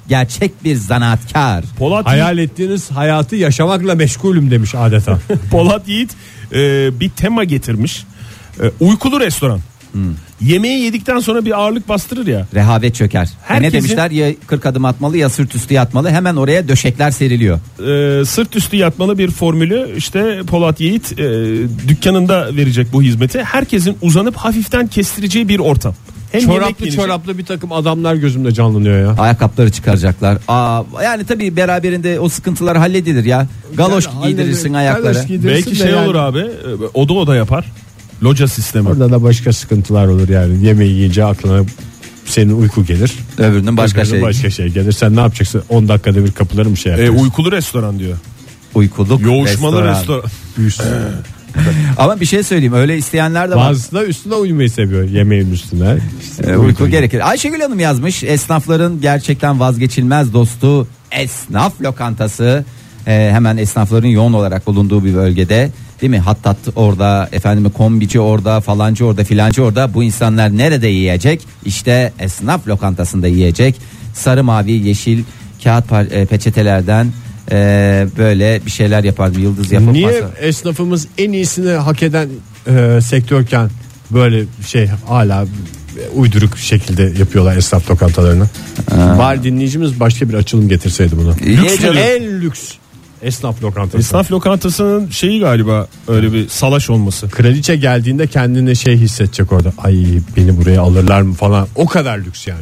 Speaker 4: gerçek bir zanaatkar.
Speaker 3: Polat
Speaker 2: Hayal ettiğiniz hayatı yaşamakla meşgulüm demiş adeta.
Speaker 3: Polat Yiğit e, bir tema getirmiş. E, uykulu restoran. Hmm. Yemeği yedikten sonra bir ağırlık bastırır ya.
Speaker 4: Rehavet çöker.
Speaker 3: Herkesin...
Speaker 4: E ne demişler, ya kırk adım atmalı ya sırt üstü yatmalı, hemen oraya döşekler seriliyor.
Speaker 3: E, sırt üstü yatmalı bir formülü işte Polat Yiğit e, dükkanında verecek bu hizmeti. Herkesin uzanıp hafiften kestireceği bir ortam. Hem
Speaker 2: çoraplı çoraplı bir takım adamlar gözümde canlanıyor ya.
Speaker 4: Ayakkabıları çıkaracaklar. Aa, yani tabii beraberinde o sıkıntılar halledilir ya. Galoş yani giydirirsin ayaklara.
Speaker 3: Belki şey yani. Olur abi, oda oda yapar. Loca sistemi.
Speaker 2: Orada da başka sıkıntılar olur yani. Yemeği yiyince aklına senin uyku gelir.
Speaker 4: Öbürünün başka
Speaker 2: Öbürünün
Speaker 4: şey.
Speaker 2: başka şey gelir. Sen ne yapacaksın? on dakikada bir kapıları mı şey yapacaksın?
Speaker 3: E, uykulu restoran diyor.
Speaker 4: Uykuluk
Speaker 3: Yoğuşmalı restoran.
Speaker 2: restoran.
Speaker 4: Ama bir şey söyleyeyim, öyle isteyenler de var.
Speaker 2: Bazısı da üstüne uyumayı seviyor, yemeğin üstüne.
Speaker 4: İşte, e, uyku gerekir. Ayşegül Hanım yazmış, esnafların gerçekten vazgeçilmez dostu esnaf lokantası. E, hemen esnafların yoğun olarak bulunduğu bir bölgede, değil mi? Hattat orada, efendim kombici orada, falancı orada, filancı orada. Bu insanlar nerede yiyecek? İşte esnaf lokantasında yiyecek. Sarı, mavi, yeşil kağıt par- e, peçetelerden Ee, böyle bir şeyler yapardı, yıldız yapıp.
Speaker 2: Niye
Speaker 4: masa...
Speaker 2: esnafımız en iyisini hak eden e, sektörken böyle şey hala uyduruk şekilde yapıyorlar esnaf lokantalarını? Bari dinleyicimiz başka bir açılım getirseydi bunu.
Speaker 3: Lüks
Speaker 2: en lüks esnaf lokantası.
Speaker 3: Esnaf lokantasının şeyi galiba öyle bir salaş olması.
Speaker 2: Kraliçe geldiğinde kendini şey hissedecek orada. Ay beni buraya alırlar mı falan. O kadar lüks yani.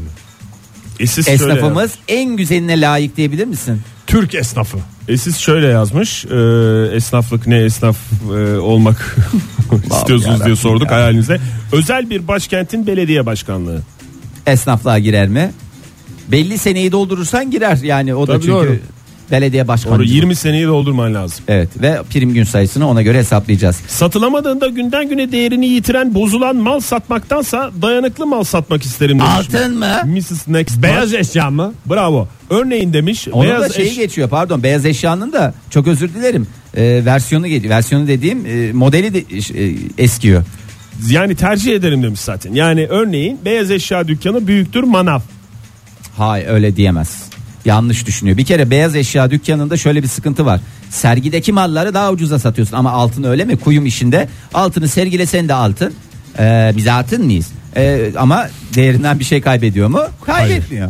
Speaker 3: E siz
Speaker 4: esnafımız en güzeline layık diyebilir misin?
Speaker 2: Türk esnafı.
Speaker 3: E siz şöyle yazmış, e, esnaflık ne esnaf e, olmak istiyorsunuz diye sorduk ya. Hayalinizde. Özel bir başkentin belediye başkanlığı.
Speaker 4: Esnaflığa girer mi? Belli seneyi doldurursan girer yani, o da
Speaker 3: tabii
Speaker 4: çünkü doğru. Belediye başkanlığı.
Speaker 3: yirmi seneyi doldurman lazım.
Speaker 4: Evet, ve prim gün sayısını ona göre hesaplayacağız.
Speaker 3: Satılamadığında günden güne değerini yitiren, bozulan mal satmaktansa dayanıklı mal satmak isterim demiş.
Speaker 4: Altın mı?
Speaker 3: missus Next.
Speaker 2: Beyaz eşya mı?
Speaker 3: Bravo. Örneğin demiş.
Speaker 4: Onun
Speaker 3: beyaz
Speaker 4: da şeyi
Speaker 3: eş...
Speaker 4: geçiyor, pardon, beyaz eşyanın da çok özür dilerim. E, versiyonu geliyor. Versiyonu dediğim e, modeli de e, eskiyor.
Speaker 3: Yani tercih ederim demiş zaten. Yani örneğin beyaz eşya dükkanı büyüktür manav.
Speaker 4: Hayır, öyle diyemez. Yanlış düşünüyor. Bir kere beyaz eşya dükkanında şöyle bir sıkıntı var. Sergideki malları daha ucuza satıyorsun ama altın öyle mi? Kuyum işinde altını sergilesen de altın. Ee, biz altın mıyız? Ee, ama değerinden bir şey kaybediyor mu? Kaybetmiyor.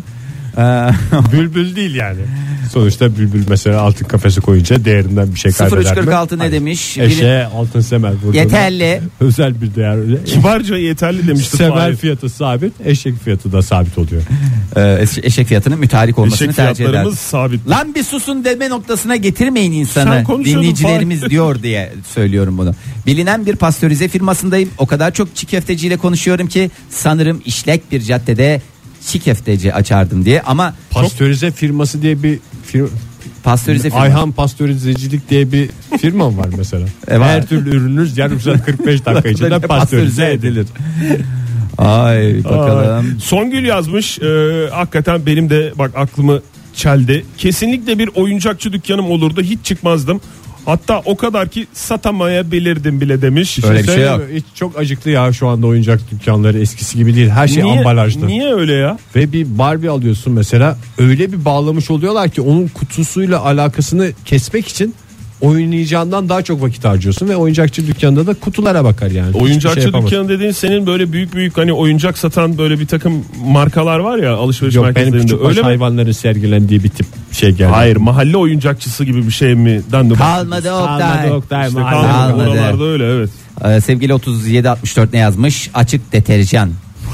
Speaker 2: Bülbül değil yani. Sonuçta bülbül mesela altın kafesi koyunca değerinden bir şey kaybeder mi?
Speaker 4: sıfır üç kırk altı ne demiş?
Speaker 2: Eşeğe altın semer.
Speaker 4: Yeterli.
Speaker 2: Özel bir değer. Öyle.
Speaker 3: Kibarca yeterli demişti.
Speaker 2: Semer fiyatı sabit, eşek fiyatı da sabit oluyor.
Speaker 4: Ee, eşek fiyatının mütarik olmasını
Speaker 3: eşek
Speaker 4: tercih eder.
Speaker 3: fiyatlarımız sabit.
Speaker 4: Lan bir susun deme noktasına getirmeyin insanı. Dinleyicilerimiz diyor diye söylüyorum bunu. Bilinen bir pastörize firmasındayım. O kadar çok çiğ köfteciyle konuşuyorum ki sanırım işlek bir caddede çiğ köfteci açardım diye, ama
Speaker 2: pastörize çok... firması diye bir firma,
Speaker 4: pastörize firma.
Speaker 2: Ayhan Pastörizecilik diye bir firma var mesela.
Speaker 4: E var.
Speaker 2: Her türlü ürününüz yarım saat kırk beş dakika içinde pastörize edilir.
Speaker 4: Ay bakalım.
Speaker 3: Aa, Songül yazmış. E, hakikaten benim de bak aklımı çeldi. Kesinlikle bir oyuncakçı dükkanım olurdu. Hiç çıkmazdım. Hatta o kadar ki satamayabilirdim bile demiş.
Speaker 4: Öyle bir şey yok.
Speaker 2: Hiç çok acıklı ya şu anda oyuncak dükkanları eskisi gibi değil. Her şey
Speaker 3: niye,
Speaker 2: ambalajlı.
Speaker 3: Niye öyle ya?
Speaker 2: Ve bir Barbie alıyorsun mesela, öyle bir bağlamış oluyorlar ki onun kutusuyla alakasını kesmek için oynayacağından daha çok vakit harcıyorsun ve oyuncakçı dükkanında da kutulara bakar yani.
Speaker 3: Oyuncakçı
Speaker 2: şey
Speaker 3: dükkanı dediğin senin böyle büyük büyük hani oyuncak satan böyle bir takım markalar var ya alışveriş
Speaker 2: Yok, benim
Speaker 3: merkezlerinde.
Speaker 2: küçük
Speaker 3: Öyle mi?
Speaker 2: hayvanların sergilendiği bir tip şey geldi.
Speaker 3: Hayır, mahalle oyuncakçısı gibi bir şey mi?
Speaker 4: Kalmadı Oktay.
Speaker 2: Kalmadı Oktay.
Speaker 3: İşte
Speaker 2: Kalmadı.
Speaker 3: kalmadı. Oralarda öyle, evet.
Speaker 4: Ee, sevgili otuz yedi altmış dört ne yazmış? Açık deterjan.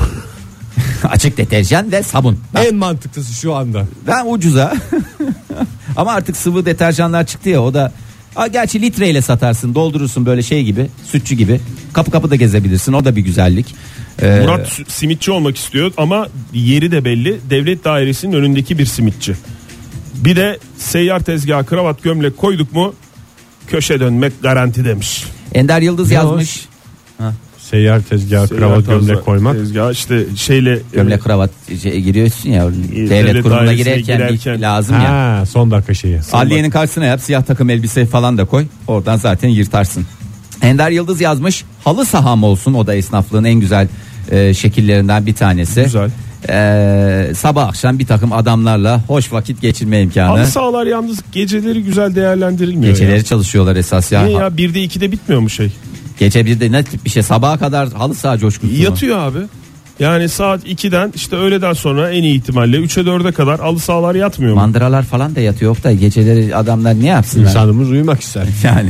Speaker 4: Açık deterjan ve sabun. Ben,
Speaker 2: En mantıklısı şu anda.
Speaker 4: ben ucuza. Ama artık sıvı deterjanlar çıktı ya, o da. Aa, gerçi litreyle satarsın, doldurursun böyle şey gibi, sütçü gibi. Kapı kapı da gezebilirsin, o da bir güzellik. Ee,
Speaker 3: Murat simitçi olmak istiyor ama yeri de belli. Devlet dairesinin önündeki bir simitçi. Bir de seyyar tezgaha kravat gömlek koyduk mu köşe dönmek garanti demiş.
Speaker 4: Ender Yıldız
Speaker 2: Ne
Speaker 4: yazmış.
Speaker 2: Seyyar tezgah,
Speaker 3: Seyyar
Speaker 2: kravat,
Speaker 3: tezgah,
Speaker 2: gömlek koymak.
Speaker 3: Tezgah işte şeyle
Speaker 4: Gömlek kravat şey, giriyorsun ya devlet,
Speaker 3: devlet
Speaker 4: kurumuna
Speaker 3: dairesine
Speaker 4: girerken,
Speaker 3: girerken.
Speaker 4: lazım ya.
Speaker 2: Ha, son dakika şeyi.
Speaker 4: Adliyenin karşısına yap, siyah takım elbise falan da koy. Oradan zaten yırtarsın. Ender Yıldız yazmış. Halı saham olsun, o da esnaflığın en güzel e, şekillerinden bir tanesi.
Speaker 3: Güzel.
Speaker 4: Ee, sabah akşam bir takım adamlarla hoş vakit geçirme imkanı.
Speaker 3: Halı sahalar yalnız geceleri güzel değerlendirilmiyor.
Speaker 4: Geceleri
Speaker 3: ya.
Speaker 4: çalışıyorlar esas ya.
Speaker 3: Niye ya birde ikide bitmiyor mu şey?
Speaker 4: Gece birde ne tip bir şey, sabaha kadar halı saha coşkusu mu?
Speaker 3: Yatıyor abi. Yani saat ikiden işte öğleden sonra en iyi ihtimalle üçe dörde kadar halı sahalar yatmıyor mu?
Speaker 4: Mandıralar falan da yatıyor da geceleri adamlar ne yapsınlar?
Speaker 2: İnsanımız uyumak ister.
Speaker 4: Yani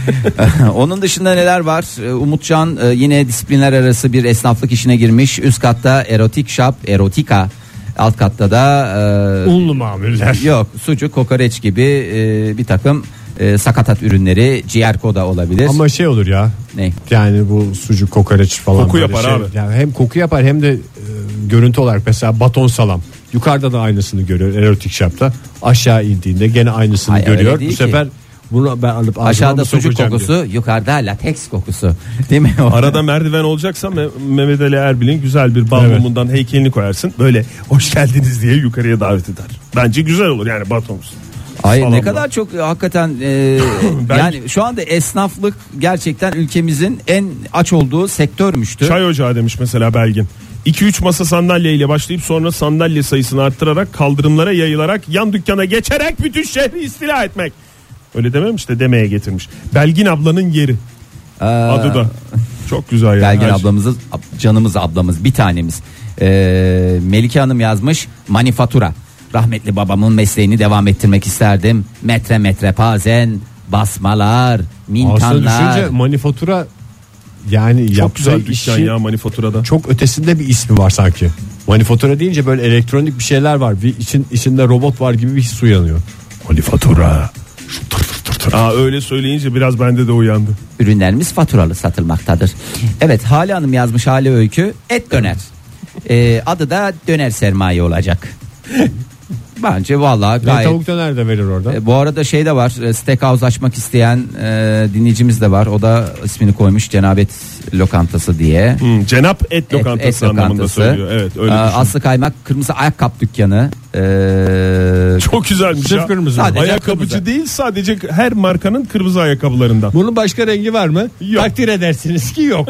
Speaker 4: onun dışında neler var? Umutcan yine disiplinler arası bir esnaflık işine girmiş. Üst katta erotik shop, erotika. Alt katta da e,
Speaker 2: unlu mamuller.
Speaker 4: Yok, sucuk, kokoreç gibi e, bir takım e, sakatat ürünleri, ciğerko da olabilir.
Speaker 2: Ama şey olur ya.
Speaker 4: Ne?
Speaker 2: Yani bu sucuk, kokoreç falan.
Speaker 3: Koku yapar
Speaker 2: şey,
Speaker 3: abi.
Speaker 2: Yani hem koku yapar hem de e, görüntü olarak mesela baton salam. Yukarıda da aynısını görüyor erotik shop'ta. Aşağı indiğinde gene aynısını
Speaker 4: Hayır, öyle
Speaker 2: görüyor.
Speaker 4: değil
Speaker 2: Bu
Speaker 4: ki.
Speaker 2: sefer bunu ben alıp
Speaker 4: Aşağıda sucuk
Speaker 2: sokacağım
Speaker 4: kokusu,
Speaker 2: diyor.
Speaker 4: yukarıda lateks kokusu. Değil mi?
Speaker 3: Arada merdiven olacaksa Me- Mehmet Ali Erbil'in güzel bir bal
Speaker 2: Evet.
Speaker 3: mumundan heykelini koyarsın. Böyle hoş geldiniz diye yukarıya davet eder. Bence güzel olur yani batonumuz.
Speaker 4: Ay ne
Speaker 3: Salamla.
Speaker 4: kadar çok e, hakikaten e,
Speaker 3: Ben-
Speaker 4: yani şu anda esnaflık gerçekten ülkemizin en aç olduğu sektörmüştü.
Speaker 3: Çay ocağı demiş mesela Belgin. iki üç masa sandalye ile başlayıp sonra sandalye sayısını arttırarak kaldırımlara yayılarak yan dükkana geçerek bütün şehri istila etmek. Öyle dememiş de demeye getirmiş. Belgin ablanın yeri.
Speaker 4: Aa,
Speaker 3: Adı da. Çok güzel yani.
Speaker 4: Belgin
Speaker 3: Her şey.
Speaker 4: ablamızı, canımız ablamız, bir tanemiz. Ee, Melike Hanım yazmış, manifatura. Rahmetli babamın mesleğini devam ettirmek isterdim. Metre metre pazen, basmalar,
Speaker 2: Aslında
Speaker 4: mintanlar.
Speaker 2: düşünce manifatura yani
Speaker 3: Çok
Speaker 2: yaptığı
Speaker 3: güzel dükkan
Speaker 2: işi
Speaker 3: ya manifaturada.
Speaker 2: çok ötesinde bir ismi var sanki. Manifatura deyince böyle elektronik bir şeyler var. Bir için içinde robot var gibi bir his uyanıyor. Manifatura.
Speaker 3: Aa, öyle söyleyince biraz bende de uyandı.
Speaker 4: Ürünlerimiz faturalı satılmaktadır. Evet, Hale Hanım yazmış, Hale Öykü, et döner. Ee, adı da döner sermaye olacak. Bence vallahi
Speaker 2: Ya
Speaker 4: gayet.
Speaker 2: tavuk döner de verir orada.
Speaker 4: E, bu arada şey de var, e, steakhouse açmak isteyen e, dinleyicimiz de var. O da ismini koymuş, Cenabet Lokantası diye.
Speaker 3: Hmm, Cenap et lokantası
Speaker 4: et
Speaker 3: anlamında
Speaker 4: lokantası.
Speaker 3: söylüyor. Evet öyle
Speaker 4: Aa,
Speaker 3: düşün.
Speaker 4: Aslı Kaymak kırmızı ayakkabı dükkanı. Ee,
Speaker 3: Çok güzelmiş
Speaker 2: Sırf
Speaker 3: ya.
Speaker 2: kırmızı.
Speaker 4: Sadece
Speaker 3: Ayakkabıcı
Speaker 4: kırmızı.
Speaker 3: değil, sadece her markanın kırmızı ayakkabılarından.
Speaker 2: Bunun başka rengi var mı?
Speaker 3: Yok.
Speaker 2: Takdir edersiniz ki yok.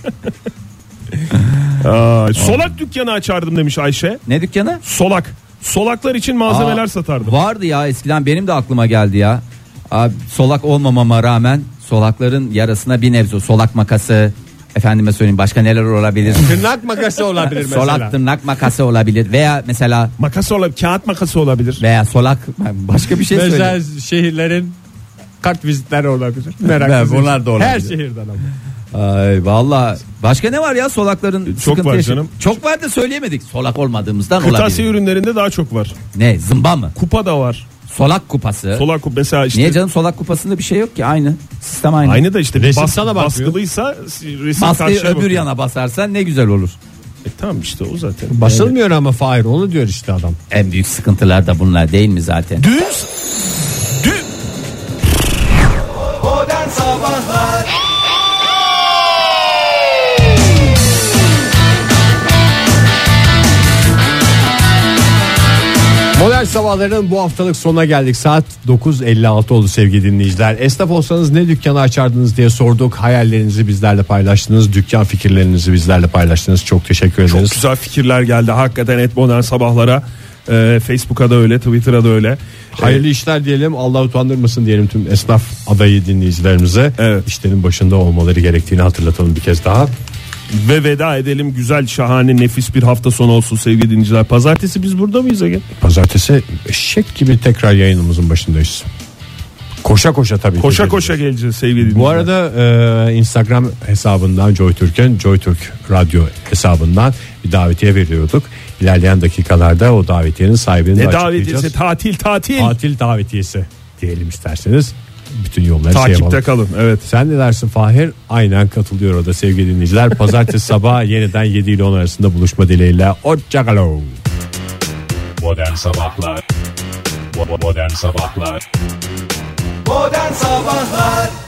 Speaker 3: Aa, solak dükkanı açardım demiş Ayşe.
Speaker 4: Ne dükkanı?
Speaker 3: Solak. Solaklar için malzemeler
Speaker 4: Aa,
Speaker 3: satardım.
Speaker 4: Vardı ya eskiden, benim de aklıma geldi ya. Abi, solak olmamama rağmen solakların yarasına bir nebze solak makası, efendime söyleyeyim başka neler olabilir?
Speaker 2: Tırnak makası olabilir mesela.
Speaker 4: Solak tırnak makası olabilir veya mesela
Speaker 3: Makas olabilir, kağıt makası olabilir.
Speaker 4: veya solak başka bir şey söyle.
Speaker 2: Mesela şehirlerin kart vizitleri olabilir. Merak
Speaker 4: Ben-
Speaker 2: etmeyin.
Speaker 4: bunlar da olabilir.
Speaker 2: Her şehirden ama.
Speaker 4: Ay valla başka ne var ya solakların sıkıntı
Speaker 3: var
Speaker 4: yaşa-
Speaker 3: canım.
Speaker 4: Çok var da söyleyemedik. Solak olmadığımızdan
Speaker 3: Kırtasiye
Speaker 4: olabilir.
Speaker 3: ürünlerinde daha çok var.
Speaker 4: Ne, zımba mı?
Speaker 3: Kupa da var.
Speaker 4: Solak kupası.
Speaker 3: Solak kupa mesela işte.
Speaker 4: Niye canım, solak kupasında bir şey yok ki, aynı. Sistem aynı.
Speaker 3: Aynı da işte
Speaker 2: Resim
Speaker 3: bas,
Speaker 2: sana bakmıyor.
Speaker 3: baskılıysa resim
Speaker 4: Baskıyı
Speaker 3: karşıya
Speaker 4: öbür
Speaker 3: bakıyor.
Speaker 4: yana basarsan ne güzel olur.
Speaker 3: E, tamam işte o zaten.
Speaker 2: Basılmıyor ama Fahir, onu diyor işte adam.
Speaker 4: En büyük sıkıntılar da bunlar değil mi zaten?
Speaker 3: Düz. Dü.
Speaker 7: Modern Sabahlar.
Speaker 2: Modern Sabahların bu haftalık sonuna geldik. Saat dokuz elli altı oldu sevgili dinleyiciler. Esnaf olsanız ne dükkanı açardınız diye sorduk. Hayallerinizi bizlerle paylaştınız. Dükkan fikirlerinizi bizlerle paylaştınız. Çok teşekkür ederiz.
Speaker 3: Çok güzel fikirler geldi. Hakikaten et modern sabahlara. Ee, Facebook'a da öyle, Twitter'a da öyle.
Speaker 2: Hayırlı işler diyelim. Allah utandırmasın diyelim tüm esnaf adayı dinleyicilerimize.
Speaker 3: Evet.
Speaker 2: İşlerin başında olmaları gerektiğini hatırlatalım bir kez daha.
Speaker 3: Ve veda edelim. Güzel, şahane, nefis bir hafta sonu olsun sevgili dinleyiciler. Pazartesi biz burada mıyız Ege?
Speaker 2: Pazartesi eşek gibi tekrar yayınımızın başındayız. Koşa koşa tabii.
Speaker 3: Koşa
Speaker 2: ki
Speaker 3: koşa
Speaker 2: geleceğiz.
Speaker 3: geleceğiz sevgili dinleyiciler.
Speaker 2: Bu arada e, Instagram hesabından JoyTürk'ün JoyTürk Radyo hesabından bir davetiye veriyorduk. İlerleyen dakikalarda o davetiyenin sahibini de
Speaker 3: ne
Speaker 2: açıklayacağız.
Speaker 3: davetiyesi? Tatil tatil.
Speaker 2: Tatil davetiyesi diyelim isterseniz. Bütün yolları şey
Speaker 3: Takipte
Speaker 2: yapalım.
Speaker 3: kalın. Evet.
Speaker 2: Sen ne dersin Fahir? Aynen katılıyor o da sevgili dinleyiciler. Pazartesi sabahı yeniden yedi ile on arasında buluşma dileğiyle. Hoşçakalın.
Speaker 8: Modern Sabahlar Bo- Modern Sabahlar
Speaker 7: Modern Sabahlar